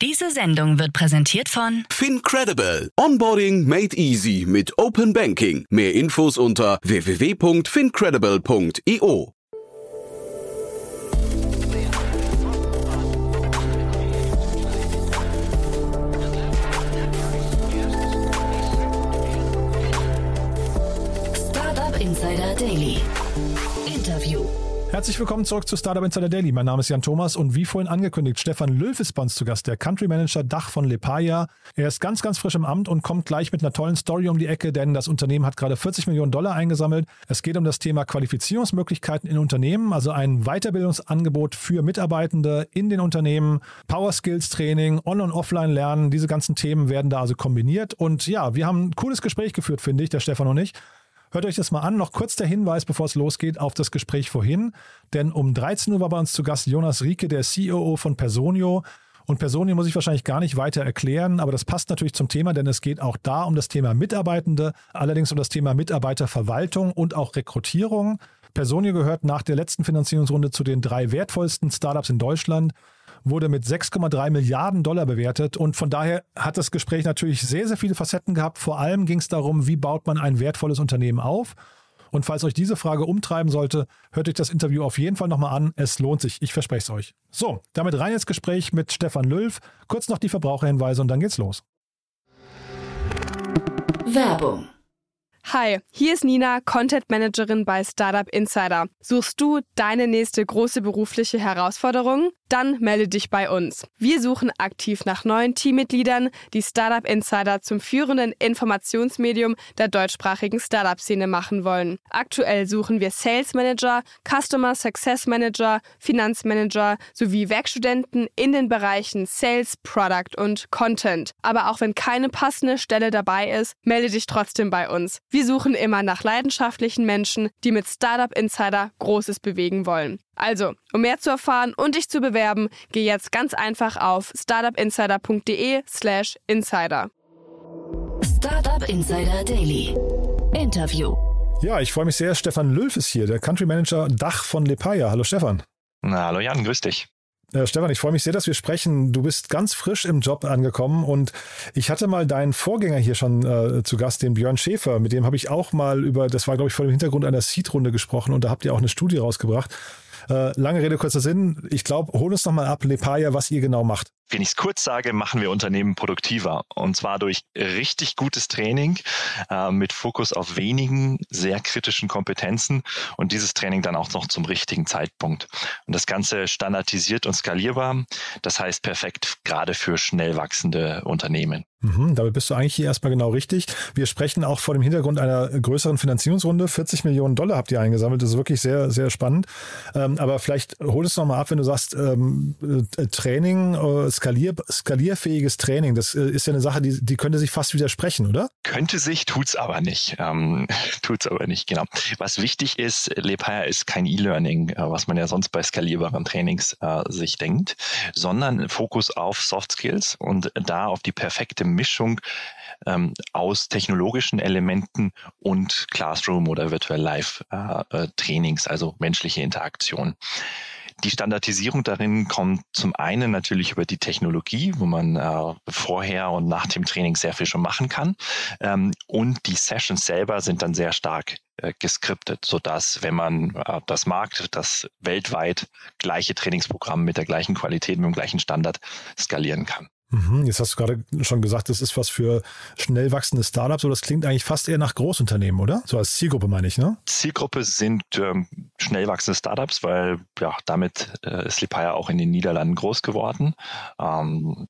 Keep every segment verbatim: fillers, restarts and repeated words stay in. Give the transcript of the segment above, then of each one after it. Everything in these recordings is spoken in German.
Diese Sendung wird präsentiert von FinCredible. Onboarding made easy mit Open Banking. Mehr Infos unter w w w punkt fincredible punkt i o. Startup Insider Daily. Interview. Herzlich willkommen zurück zu Startup Insider Daily. Mein Name ist Jan Thomas und wie vorhin angekündigt, Stefan Löw ist bei uns zu Gast, der Country Manager Dach von Lepaya. Er ist ganz, ganz frisch im Amt und kommt gleich mit einer tollen Story um die Ecke, denn das Unternehmen hat gerade vierzig Millionen Dollar eingesammelt. Es geht um das Thema Qualifizierungsmöglichkeiten in Unternehmen, also ein Weiterbildungsangebot für Mitarbeitende in den Unternehmen, Power Skills Training, On- und Offline-Lernen, diese ganzen Themen werden da also kombiniert. Und ja, wir haben ein cooles Gespräch geführt, finde ich, der Stefan und ich. Hört euch das mal an. Noch kurz der Hinweis, bevor es losgeht, auf das Gespräch vorhin. Denn um dreizehn Uhr war bei uns zu Gast Jonas Rieke, der C E O von Personio. Und Personio muss ich wahrscheinlich gar nicht weiter erklären, aber das passt natürlich zum Thema, denn es geht auch da um das Thema Mitarbeitende, allerdings um das Thema Mitarbeiterverwaltung und auch Rekrutierung. Personio gehört nach der letzten Finanzierungsrunde zu den drei wertvollsten Startups in Deutschland, wurde mit sechs Komma drei Milliarden Dollar bewertet und von daher hat das Gespräch natürlich sehr, sehr viele Facetten gehabt. Vor allem ging es darum, wie baut man ein wertvolles Unternehmen auf? Und falls euch diese Frage umtreiben sollte, hört euch das Interview auf jeden Fall nochmal an. Es lohnt sich, ich verspreche es euch. So, damit rein ins Gespräch mit Stefan Löw. Kurz noch die Verbraucherhinweise und dann geht's los. Werbung. Hi, hier ist Nina, Content Managerin bei Startup Insider. Suchst du deine nächste große berufliche Herausforderung? Dann melde dich bei uns. Wir suchen aktiv nach neuen Teammitgliedern, die Startup Insider zum führenden Informationsmedium der deutschsprachigen Startup-Szene machen wollen. Aktuell suchen wir Sales Manager, Customer Success Manager, Finanzmanager sowie Werkstudenten in den Bereichen Sales, Product und Content. Aber auch wenn keine passende Stelle dabei ist, melde dich trotzdem bei uns. Wir suchen immer nach leidenschaftlichen Menschen, die mit Startup Insider Großes bewegen wollen. Also, um mehr zu erfahren und dich zu bewerben, geh jetzt ganz einfach auf startupinsider punkt de slash insider. Startup Insider Daily. Interview. Ja, ich freue mich sehr. Stefan Löw ist hier, der Country Manager Dach von Lepaya. Hallo Stefan. Na, hallo Jan, grüß dich. Äh, Stefan, ich freue mich sehr, dass wir sprechen. Du bist ganz frisch im Job angekommen und ich hatte mal deinen Vorgänger hier schon äh, zu Gast, den Björn Schäfer. Mit dem habe ich auch mal über, das war glaube ich vor dem Hintergrund einer Seed-Runde gesprochen und da habt ihr auch eine Studie rausgebracht. Äh, lange Rede, kurzer Sinn. Ich glaube, hol uns noch mal ab, Lepaya, was ihr genau macht. Wenn ich es kurz sage, machen wir Unternehmen produktiver. Und zwar durch richtig gutes Training äh, mit Fokus auf wenigen sehr kritischen Kompetenzen und dieses Training dann auch noch zum richtigen Zeitpunkt. Und das Ganze standardisiert und skalierbar. Das heißt perfekt gerade für schnell wachsende Unternehmen. Mhm, damit bist du eigentlich hier erstmal genau richtig. Wir sprechen auch vor dem Hintergrund einer größeren Finanzierungsrunde. vierzig Millionen Dollar habt ihr eingesammelt. Das ist wirklich sehr, sehr spannend. Ähm, aber vielleicht hol es nochmal ab, wenn du sagst, ähm, äh, Training, äh, skalier, skalierfähiges Training, das äh, ist ja eine Sache, die, die könnte sich fast widersprechen, oder? Könnte sich, tut's aber nicht. Ähm, tut's aber nicht, genau. Was wichtig ist, Lepaya ist kein E-Learning, äh, was man ja sonst bei skalierbaren Trainings äh, sich denkt, sondern Fokus auf Soft Skills und da auf die perfekte Mischung ähm, aus technologischen Elementen und Classroom oder Virtual Live äh, äh, Trainings, also menschliche Interaktion. Die Standardisierung darin kommt zum einen natürlich über die Technologie, wo man äh, vorher und nach dem Training sehr viel schon machen kann. Ähm, und die Sessions selber sind dann sehr stark äh, geskriptet, sodass, wenn man äh, das mag, das weltweit gleiche Trainingsprogramm mit der gleichen Qualität, mit dem gleichen Standard skalieren kann. Jetzt hast du gerade schon gesagt, das ist was für schnell wachsende Startups, aber das klingt eigentlich fast eher nach Großunternehmen, oder? So als Zielgruppe meine ich, ne? Zielgruppe sind ähm, schnell wachsende Startups, weil ja damit äh, ist Lepaya auch in den Niederlanden groß geworden. Ähm,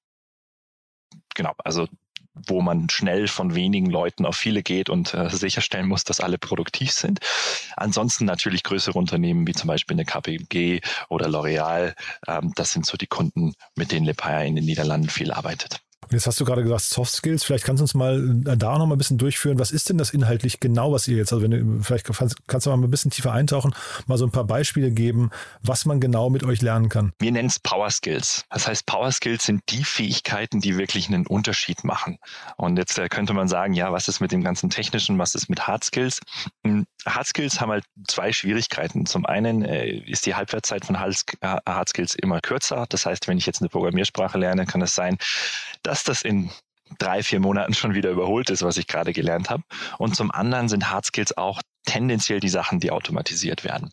genau, also wo man schnell von wenigen Leuten auf viele geht und äh, sicherstellen muss, dass alle produktiv sind. Ansonsten natürlich größere Unternehmen wie zum Beispiel eine K P M G oder L'Oreal. Ähm, das sind so die Kunden, mit denen Lepaya in den Niederlanden viel arbeitet. Jetzt hast du gerade gesagt Soft Skills, vielleicht kannst du uns mal da noch mal ein bisschen durchführen. Was ist denn das inhaltlich genau, was ihr jetzt, also wenn du, vielleicht kannst, kannst du mal ein bisschen tiefer eintauchen, mal so ein paar Beispiele geben, was man genau mit euch lernen kann. Wir nennen es Power Skills. Das heißt, Power Skills sind die Fähigkeiten, die wirklich einen Unterschied machen. Und jetzt äh, könnte man sagen, ja, was ist mit dem ganzen Technischen, was ist mit Hard Skills? Hard Skills haben halt zwei Schwierigkeiten. Zum einen äh, ist die Halbwertszeit von Hard Skills immer kürzer. Das heißt, wenn ich jetzt eine Programmiersprache lerne, kann es sein, dass das in drei, vier Monaten schon wieder überholt ist, was ich gerade gelernt habe. Und zum anderen sind Hard Skills auch tendenziell die Sachen, die automatisiert werden.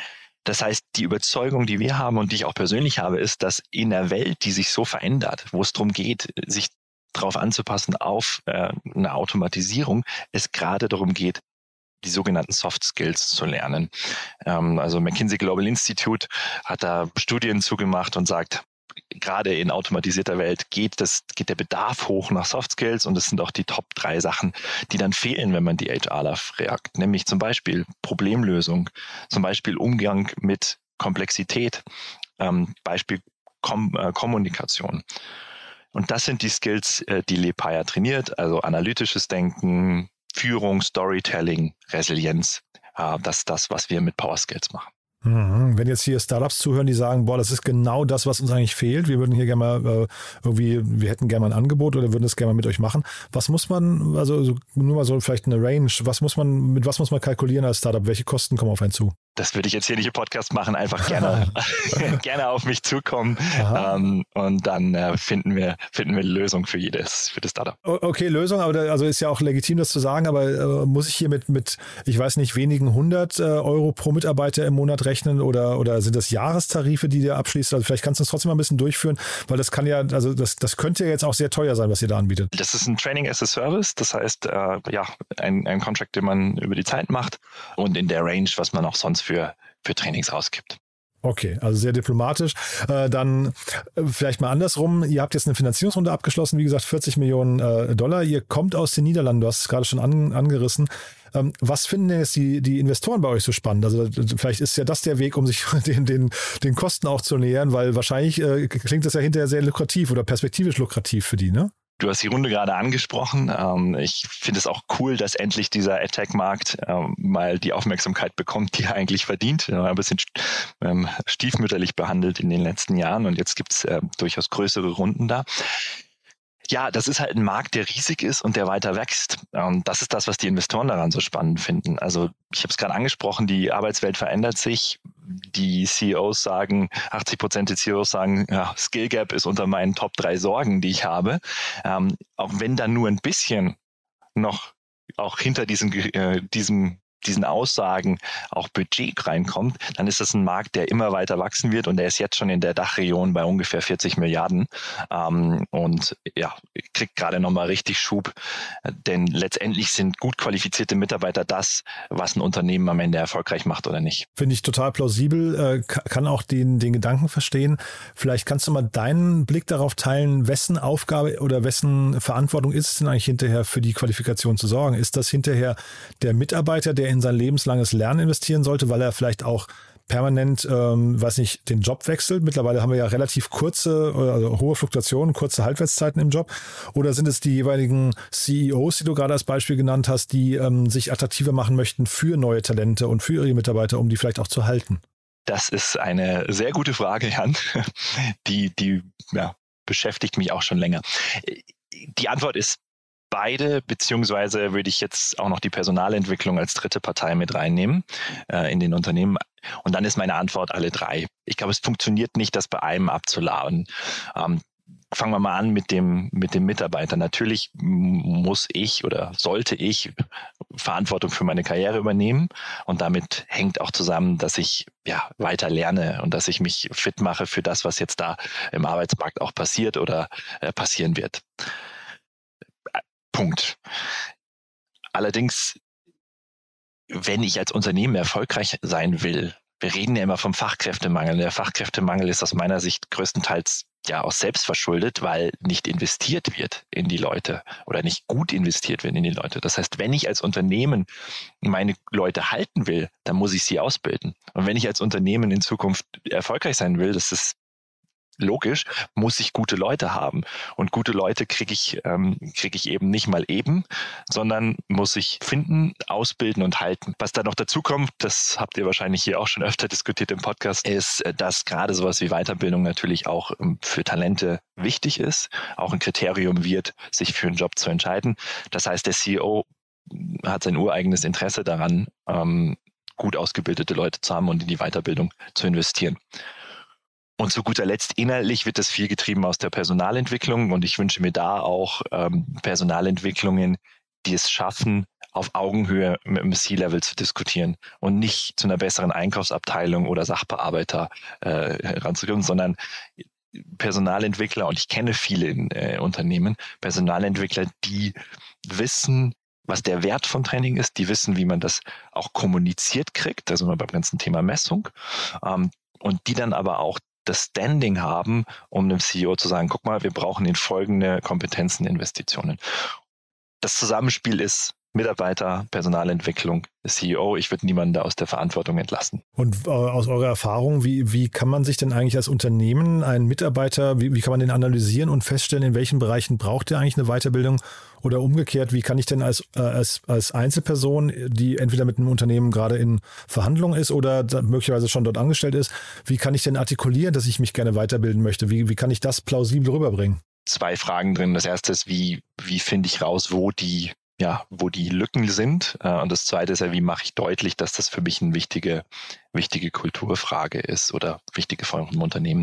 Das heißt, die Überzeugung, die wir haben und die ich auch persönlich habe, ist, dass in einer Welt, die sich so verändert, wo es darum geht, sich darauf anzupassen auf äh, eine Automatisierung, es gerade darum geht, die sogenannten Soft Skills zu lernen. Ähm, also McKinsey Global Institute hat da Studien zugemacht und sagt, gerade in automatisierter Welt geht das, geht der Bedarf hoch nach Soft Skills und das sind auch die Top drei Sachen, die dann fehlen, wenn man die HRler fragt. Nämlich zum Beispiel Problemlösung, zum Beispiel Umgang mit Komplexität, ähm, Beispiel Kom- äh, Kommunikation. Und das sind die Skills, äh, die Lepaya trainiert, also analytisches Denken, Führung, Storytelling, Resilienz. Äh, das ist das, was wir mit Power Skills machen. Wenn jetzt hier Startups zuhören, die sagen, boah, das ist genau das, was uns eigentlich fehlt. Wir würden hier gerne mal äh, irgendwie, wir hätten gerne mal ein Angebot oder würden das gerne mal mit euch machen. Was muss man, also so, nur mal so vielleicht eine Range, was muss man, mit was muss man kalkulieren als Startup? Welche Kosten kommen auf einen zu? Das würde ich jetzt hier nicht im Podcast machen, einfach gerne, gerne auf mich zukommen ähm, und dann äh, finden wir finden wir eine Lösung für jedes, für das Startup. Okay, Lösung, aber da, also ist ja auch legitim, das zu sagen, aber äh, muss ich hier mit, mit, ich weiß nicht, wenigen hundert äh, Euro pro Mitarbeiter im Monat rechnen oder, oder sind das Jahrestarife, die ihr abschließt? Also vielleicht kannst du es trotzdem mal ein bisschen durchführen, weil das kann ja, also das, das könnte ja jetzt auch sehr teuer sein, was ihr da anbietet. Das ist ein Training as a Service, das heißt, äh, ja, ein, ein Contract, den man über die Zeit macht und in der Range, was man auch sonst für, für Trainings ausgibt. Okay, also sehr diplomatisch. Äh, dann äh, vielleicht mal andersrum. Ihr habt jetzt eine Finanzierungsrunde abgeschlossen, wie gesagt, vierzig Millionen äh, Dollar. Ihr kommt aus den Niederlanden, du hast es gerade schon an, angerissen. Ähm, was finden denn jetzt die, die Investoren bei euch so spannend? Also vielleicht ist ja das der Weg, um sich den, den, den Kosten auch zu nähern, weil wahrscheinlich äh, klingt das ja hinterher sehr lukrativ oder perspektivisch lukrativ für die, ne? Du hast die Runde gerade angesprochen. Ich finde es auch cool, dass endlich dieser AdTech-Markt mal die Aufmerksamkeit bekommt, die er eigentlich verdient. Er war ein bisschen stiefmütterlich behandelt in den letzten Jahren und jetzt gibt es durchaus größere Runden da. Ja, das ist halt ein Markt, der riesig ist und der weiter wächst. Und das ist das, was die Investoren daran so spannend finden. Also ich habe es gerade angesprochen, die Arbeitswelt verändert sich. Die C E Os sagen, achtzig Prozent der C E Os sagen, ja, Skill Gap ist unter meinen Top drei Sorgen, die ich habe. Ähm, auch wenn da nur ein bisschen noch auch hinter diesem, äh, diesem diesen Aussagen auch Budget reinkommt, dann ist das ein Markt, der immer weiter wachsen wird und der ist jetzt schon in der Dachregion bei ungefähr vierzig Milliarden ähm, und ja, kriegt gerade nochmal richtig Schub, denn letztendlich sind gut qualifizierte Mitarbeiter das, was ein Unternehmen am Ende erfolgreich macht oder nicht. Finde ich total plausibel, äh, kann auch den, den Gedanken verstehen. Vielleicht kannst du mal deinen Blick darauf teilen, wessen Aufgabe oder wessen Verantwortung ist es denn eigentlich hinterher für die Qualifikation zu sorgen? Ist das hinterher der Mitarbeiter, der in sein lebenslanges Lernen investieren sollte, weil er vielleicht auch permanent, ähm, weiß nicht, den Job wechselt? Mittlerweile haben wir ja relativ kurze, also hohe Fluktuationen, kurze Halbwertszeiten im Job. Oder sind es die jeweiligen C E Os, die du gerade als Beispiel genannt hast, die ähm, sich attraktiver machen möchten für neue Talente und für ihre Mitarbeiter, um die vielleicht auch zu halten? Das ist eine sehr gute Frage, Jan. Die, die ja, beschäftigt mich auch schon länger. Die Antwort ist beide, beziehungsweise würde ich jetzt auch noch die Personalentwicklung als dritte Partei mit reinnehmen äh, in den Unternehmen. Und dann ist meine Antwort alle drei. Ich glaube, es funktioniert nicht, das bei einem abzuladen. Ähm, fangen wir mal an mit dem, mit dem Mitarbeiter. Natürlich muss ich oder sollte ich Verantwortung für meine Karriere übernehmen. Und damit hängt auch zusammen, dass ich ja weiter lerne und dass ich mich fit mache für das, was jetzt da im Arbeitsmarkt auch passiert oder äh, passieren wird. Punkt. Allerdings, wenn ich als Unternehmen erfolgreich sein will, wir reden ja immer vom Fachkräftemangel. Der Fachkräftemangel ist aus meiner Sicht größtenteils ja auch selbst verschuldet, weil nicht investiert wird in die Leute oder nicht gut investiert wird in die Leute. Das heißt, wenn ich als Unternehmen meine Leute halten will, dann muss ich sie ausbilden. Und wenn ich als Unternehmen in Zukunft erfolgreich sein will, das ist logisch, muss ich gute Leute haben. Und gute Leute kriege ich, ähm, kriege ich eben nicht mal eben, sondern muss ich finden, ausbilden und halten. Was da noch dazu kommt, das habt ihr wahrscheinlich hier auch schon öfter diskutiert im Podcast, ist, dass gerade sowas wie Weiterbildung natürlich auch für Talente wichtig ist, auch ein Kriterium wird, sich für einen Job zu entscheiden. Das heißt, der C E O hat sein ureigenes Interesse daran, ähm, gut ausgebildete Leute zu haben und in die Weiterbildung zu investieren. Und zu guter Letzt, inhaltlich wird das viel getrieben aus der Personalentwicklung und ich wünsche mir da auch ähm, Personalentwicklungen, die es schaffen, auf Augenhöhe mit dem C-Level zu diskutieren und nicht zu einer besseren Einkaufsabteilung oder Sachbearbeiter äh, heranzukommen, sondern Personalentwickler, und ich kenne viele in, äh, Unternehmen, Personalentwickler, die wissen, was der Wert von Training ist, die wissen, wie man das auch kommuniziert kriegt, also beim ganzen Thema Messung, ähm, und die dann aber auch das Standing haben, um dem C E O zu sagen, guck mal, wir brauchen in folgende Kompetenzen, Investitionen. Das Zusammenspiel ist Mitarbeiter, Personalentwicklung, C E O. Ich würde niemanden da aus der Verantwortung entlassen. Und äh, aus eurer Erfahrung, wie, wie kann man sich denn eigentlich als Unternehmen, einen Mitarbeiter, wie, wie kann man den analysieren und feststellen, in welchen Bereichen braucht er eigentlich eine Weiterbildung? Oder umgekehrt, wie kann ich denn als, äh, als, als Einzelperson, die entweder mit einem Unternehmen gerade in Verhandlung ist oder möglicherweise schon dort angestellt ist, wie kann ich denn artikulieren, dass ich mich gerne weiterbilden möchte? Wie, wie kann ich das plausibel rüberbringen? Zwei Fragen drin. Das erste ist, wie, wie finde ich raus, wo die ja, wo die Lücken sind. Und das Zweite ist ja, wie mache ich deutlich, dass das für mich eine wichtige, wichtige Kulturfrage ist oder wichtige Frage im Unternehmen.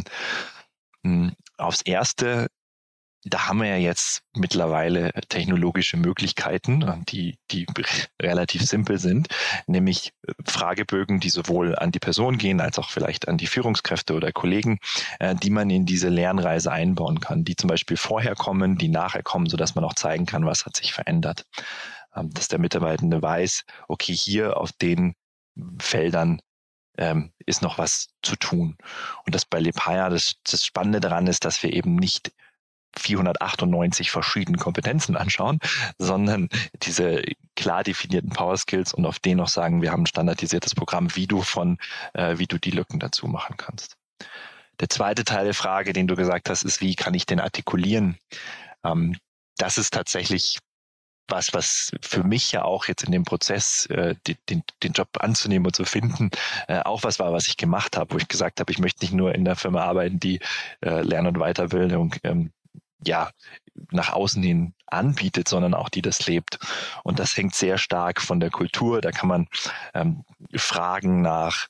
Aufs Erste, da haben wir ja jetzt mittlerweile technologische Möglichkeiten, die, die relativ simpel sind, nämlich Fragebögen, die sowohl an die Person gehen, als auch vielleicht an die Führungskräfte oder Kollegen, die man in diese Lernreise einbauen kann, die zum Beispiel vorher kommen, die nachher kommen, sodass man auch zeigen kann, was hat sich verändert. Dass der Mitarbeitende weiß, okay, hier auf den Feldern ähm, ist noch was zu tun. Und das bei Lepaya, das, das Spannende daran ist, dass wir eben nicht vierhundertachtundneunzig verschiedene Kompetenzen anschauen, sondern diese klar definierten Power Skills und auf denen noch sagen, wir haben ein standardisiertes Programm, wie du von, äh, wie du die Lücken dazu machen kannst. Der zweite Teil der Frage, den du gesagt hast, ist, wie kann ich den artikulieren? Ähm, das ist tatsächlich was, was für mich ja auch jetzt in dem Prozess, äh, den, den Job anzunehmen und zu finden, äh, auch was war, was ich gemacht habe, wo ich gesagt habe, ich möchte nicht nur in der Firma arbeiten, die äh, Lern- und Weiterbildung ähm, ja, nach außen hin anbietet, sondern auch die das lebt. Und das hängt sehr stark von der Kultur. Da kann man ähm, fragen nach,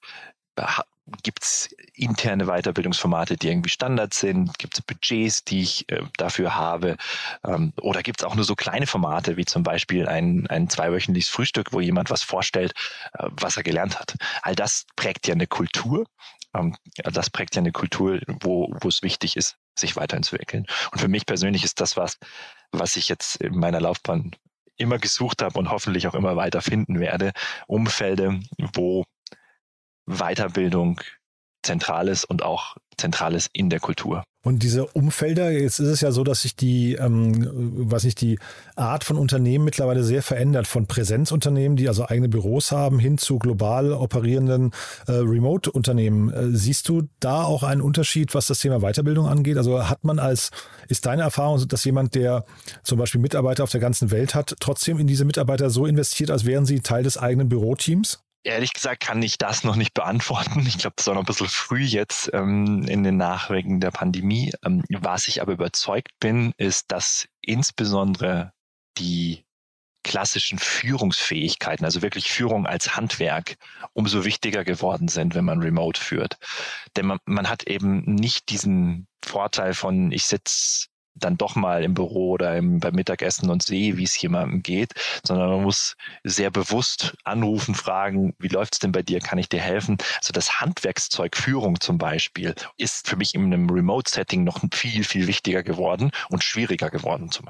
gibt es interne Weiterbildungsformate, die irgendwie Standard sind? Gibt es Budgets, die ich äh, dafür habe? Ähm, oder gibt es auch nur so kleine Formate, wie zum Beispiel ein, ein zweiwöchentliches Frühstück, wo jemand was vorstellt, äh, was er gelernt hat? All das prägt ja eine Kultur. Ähm, das prägt ja eine Kultur, wo, wo es wichtig ist, sich weiterzuentwickeln. Und für mich persönlich ist das was, was ich jetzt in meiner Laufbahn immer gesucht habe und hoffentlich auch immer weiter finden werde. Umfelder, wo Weiterbildung zentral ist und auch zentral ist in der Kultur. Und diese Umfelder, jetzt ist es ja so, dass sich die, ähm, weiß nicht, die Art von Unternehmen mittlerweile sehr verändert. Von Präsenzunternehmen, die also eigene Büros haben, hin zu global operierenden äh, Remote-Unternehmen. Äh, siehst du da auch einen Unterschied, was das Thema Weiterbildung angeht? Also hat man als, ist deine Erfahrung, dass jemand, der zum Beispiel Mitarbeiter auf der ganzen Welt hat, trotzdem in diese Mitarbeiter so investiert, als wären sie Teil des eigenen Büroteams? Ehrlich gesagt kann ich das noch nicht beantworten. Ich glaube, das war noch ein bisschen früh jetzt ähm, in den Nachwirkungen der Pandemie. Ähm, was ich aber überzeugt bin, ist, dass insbesondere die klassischen Führungsfähigkeiten, also wirklich Führung als Handwerk, umso wichtiger geworden sind, wenn man remote führt. Denn man, man hat eben nicht diesen Vorteil von, ich sitze dann doch mal im Büro oder im, beim Mittagessen und sehe, wie es jemandem geht, sondern man muss sehr bewusst anrufen, fragen, wie läuft's denn bei dir, kann ich dir helfen? Also das Handwerkszeug Führung zum Beispiel ist für mich in einem Remote-Setting noch viel, viel wichtiger geworden und schwieriger geworden zu machen.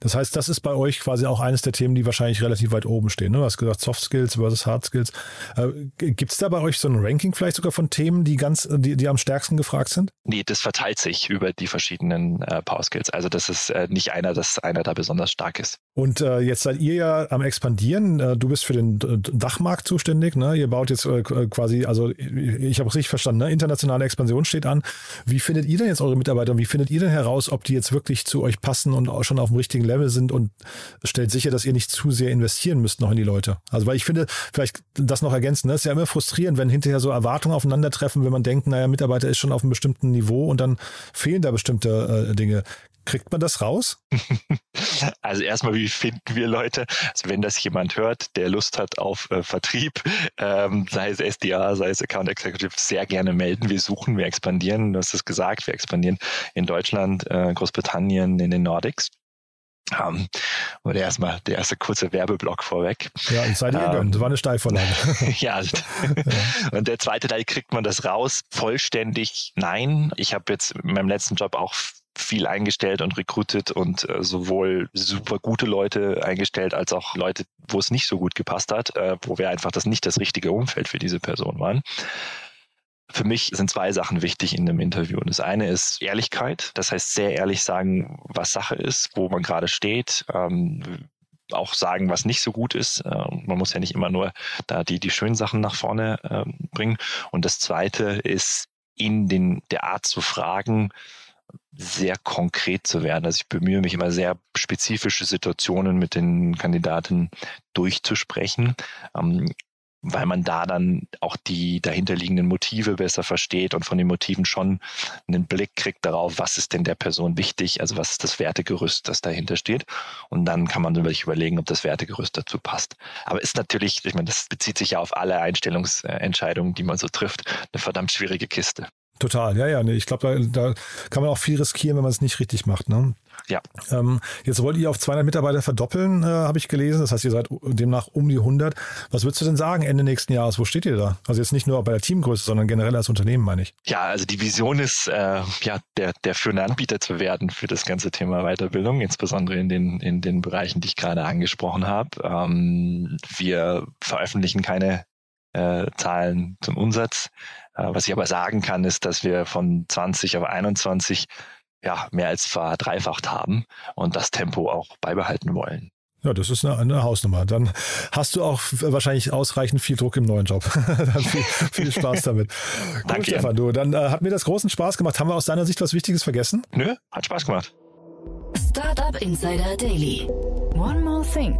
Das heißt, das ist bei euch quasi auch eines der Themen, die wahrscheinlich relativ weit oben stehen. Ne? Du hast gesagt, Soft Skills versus Hard Skills. Äh, Gibt es da bei euch so ein Ranking vielleicht sogar von Themen, die ganz, die, die am stärksten gefragt sind? Nee, das verteilt sich über die verschiedenen äh, Power Skills. Also das ist äh, nicht einer, dass einer da besonders stark ist. Und äh, jetzt seid ihr ja am Expandieren. Äh, du bist für den Dachmarkt zuständig. Ne? Ihr baut jetzt äh, quasi, also ich habe es richtig verstanden, ne? Internationale Expansion steht an. Wie findet ihr denn jetzt eure Mitarbeiter? Wie findet ihr denn heraus, ob die jetzt wirklich zu euch passen und auch schon auf dem richtigen Level sind, und stellt sicher, dass ihr nicht zu sehr investieren müsst noch in die Leute? Also weil ich finde, vielleicht das noch ergänzen, ne? Es ist ja immer frustrierend, wenn hinterher so Erwartungen aufeinandertreffen, wenn man denkt, naja, Mitarbeiter ist schon auf einem bestimmten Niveau und dann fehlen da bestimmte äh, Dinge. Kriegt man das raus? Also erstmal, wie finden wir Leute? Also wenn das jemand hört, der Lust hat auf äh, Vertrieb, ähm, sei es S D A, sei es Account Executive, sehr gerne melden. Wir suchen, wir expandieren. Du hast es gesagt, wir expandieren in Deutschland, äh, Großbritannien, in den Nordics. Um, oder erstmal der erste kurze Werbeblock vorweg. Ja, und seid ihr gegönnt. Um, das war eine Steilvorlage. Ja, ja. Und der zweite Teil, kriegt man das raus? Vollständig nein. Ich habe jetzt in meinem letzten Job auch viel eingestellt und recruited und äh, sowohl super gute Leute eingestellt, als auch Leute, wo es nicht so gut gepasst hat, äh, wo wir einfach das nicht das richtige Umfeld für diese Person waren. Für mich sind zwei Sachen wichtig in einem Interview. Das eine ist Ehrlichkeit. Das heißt, sehr ehrlich sagen, was Sache ist, wo man gerade steht. Ähm, auch sagen, was nicht so gut ist. Äh, man muss ja nicht immer nur da die, die schönen Sachen nach vorne äh, bringen. Und das zweite ist, in den, der Art zu fragen, sehr konkret zu werden. Also ich bemühe mich immer, sehr spezifische Situationen mit den Kandidaten durchzusprechen, ähm, weil man da dann auch die dahinterliegenden Motive besser versteht und von den Motiven schon einen Blick kriegt darauf, was ist denn der Person wichtig, also was ist das Wertegerüst, das dahinter steht. Und dann kann man sich überlegen, ob das Wertegerüst dazu passt. Aber ist natürlich, ich meine, das bezieht sich ja auf alle Einstellungsentscheidungen, die man so trifft, eine verdammt schwierige Kiste. Total, ja, ja. Nee, ich glaube, da, da kann man auch viel riskieren, wenn man es nicht richtig macht. Ne? Ja. Ähm, jetzt wollt ihr auf zweihundert Mitarbeiter verdoppeln, äh, habe ich gelesen. Das heißt, ihr seid demnach um die hundert. Was würdest du denn sagen Ende nächsten Jahres? Wo steht ihr da? Also jetzt nicht nur bei der Teamgröße, sondern generell als Unternehmen, meine ich. Ja, also die Vision ist, äh, ja, der, der führende Anbieter zu werden für das ganze Thema Weiterbildung, insbesondere in den, in den Bereichen, die ich gerade angesprochen habe. Ähm, wir veröffentlichen keine äh, Zahlen zum Umsatz. Äh, was ich aber sagen kann, ist, dass wir von zwanzig auf einundzwanzig ja, mehr als verdreifacht haben und das Tempo auch beibehalten wollen. Ja, das ist eine, eine Hausnummer. Dann hast du auch wahrscheinlich ausreichend viel Druck im neuen Job. Dann viel, viel Spaß damit. Cool, Danke, Stefan. Du, dann äh, hat mir das großen Spaß gemacht. Haben wir aus deiner Sicht was Wichtiges vergessen? Nö, hat Spaß gemacht. Startup Insider Daily. One more thing.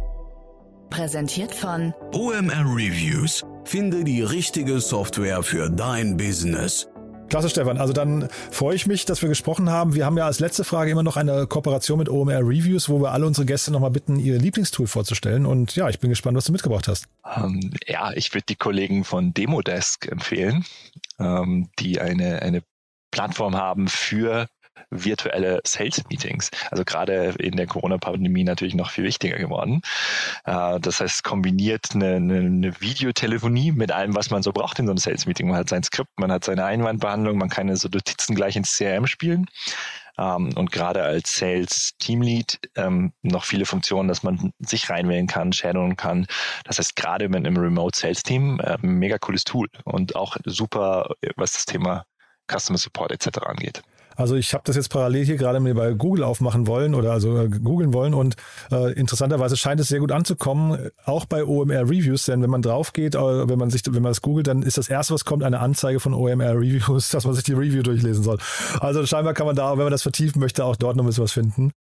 Präsentiert von O M R Reviews. Finde die richtige Software für dein Business. Klasse, Stefan. Also dann freue ich mich, dass wir gesprochen haben. Wir haben ja als letzte Frage immer noch eine Kooperation mit O M R Reviews, wo wir alle unsere Gäste nochmal bitten, ihr Lieblingstool vorzustellen. Und ja, ich bin gespannt, was du mitgebracht hast. Ähm, ja, ich würde die Kollegen von Demodesk empfehlen, ähm, die eine, eine Plattform haben für virtuelle Sales-Meetings. Also gerade in der Corona-Pandemie natürlich noch viel wichtiger geworden. Das heißt, kombiniert eine, eine, eine Videotelefonie mit allem, was man so braucht in so einem Sales-Meeting. Man hat sein Skript, man hat seine Einwandbehandlung, man kann so Notizen gleich ins C R M spielen. Und gerade als Sales-Teamlead noch viele Funktionen, dass man sich reinwählen kann, shadowen kann. Das heißt, gerade mit einem Remote-Sales-Team ein mega cooles Tool und auch super, was das Thema Customer Support et cetera angeht. Also ich habe das jetzt parallel hier gerade mir bei Google aufmachen wollen oder also äh, googeln wollen und äh, interessanterweise scheint es sehr gut anzukommen, auch bei O M R Reviews, denn wenn man drauf geht, äh, wenn man sich, wenn man das googelt, dann ist das erste, was kommt, eine Anzeige von O M R Reviews, dass man sich die Review durchlesen soll. Also scheinbar kann man da, wenn man das vertiefen möchte, auch dort noch ein bisschen was finden.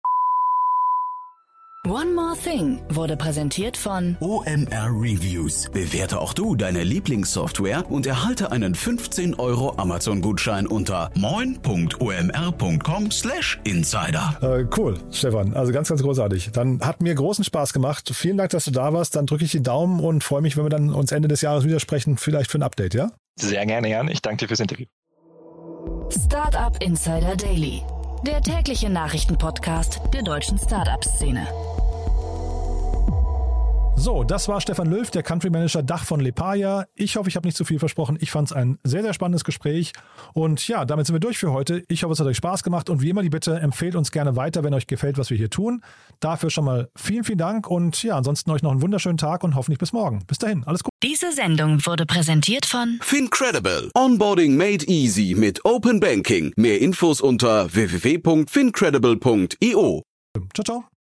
One More Thing wurde präsentiert von O M R Reviews. Bewerte auch du deine Lieblingssoftware und erhalte einen fünfzehn Euro Amazon-Gutschein unter moin punkt o m r punkt com slash insider. Äh, cool, Stefan. Also ganz, ganz großartig. Dann hat mir großen Spaß gemacht. Vielen Dank, dass du da warst. Dann drücke ich die Daumen und freue mich, wenn wir dann uns Ende des Jahres wieder sprechen, vielleicht für ein Update, ja? Sehr gerne, Jan. Ich danke dir fürs Interview. Startup Insider Daily. Der tägliche Nachrichtenpodcast der deutschen Startup-Szene. So, das war Stefan Löw, der Country Manager Dach von Lepaya. Ich hoffe, ich habe nicht zu viel versprochen. Ich fand es ein sehr, sehr spannendes Gespräch. Und ja, damit sind wir durch für heute. Ich hoffe, es hat euch Spaß gemacht. Und wie immer die Bitte, empfehlt uns gerne weiter, wenn euch gefällt, was wir hier tun. Dafür schon mal vielen, vielen Dank. Und ja, ansonsten euch noch einen wunderschönen Tag und hoffentlich bis morgen. Bis dahin, alles gut. Diese Sendung wurde präsentiert von Fincredible. Onboarding made easy mit Open Banking. Mehr Infos unter w w w punkt fincredible punkt i o. Ciao, ciao.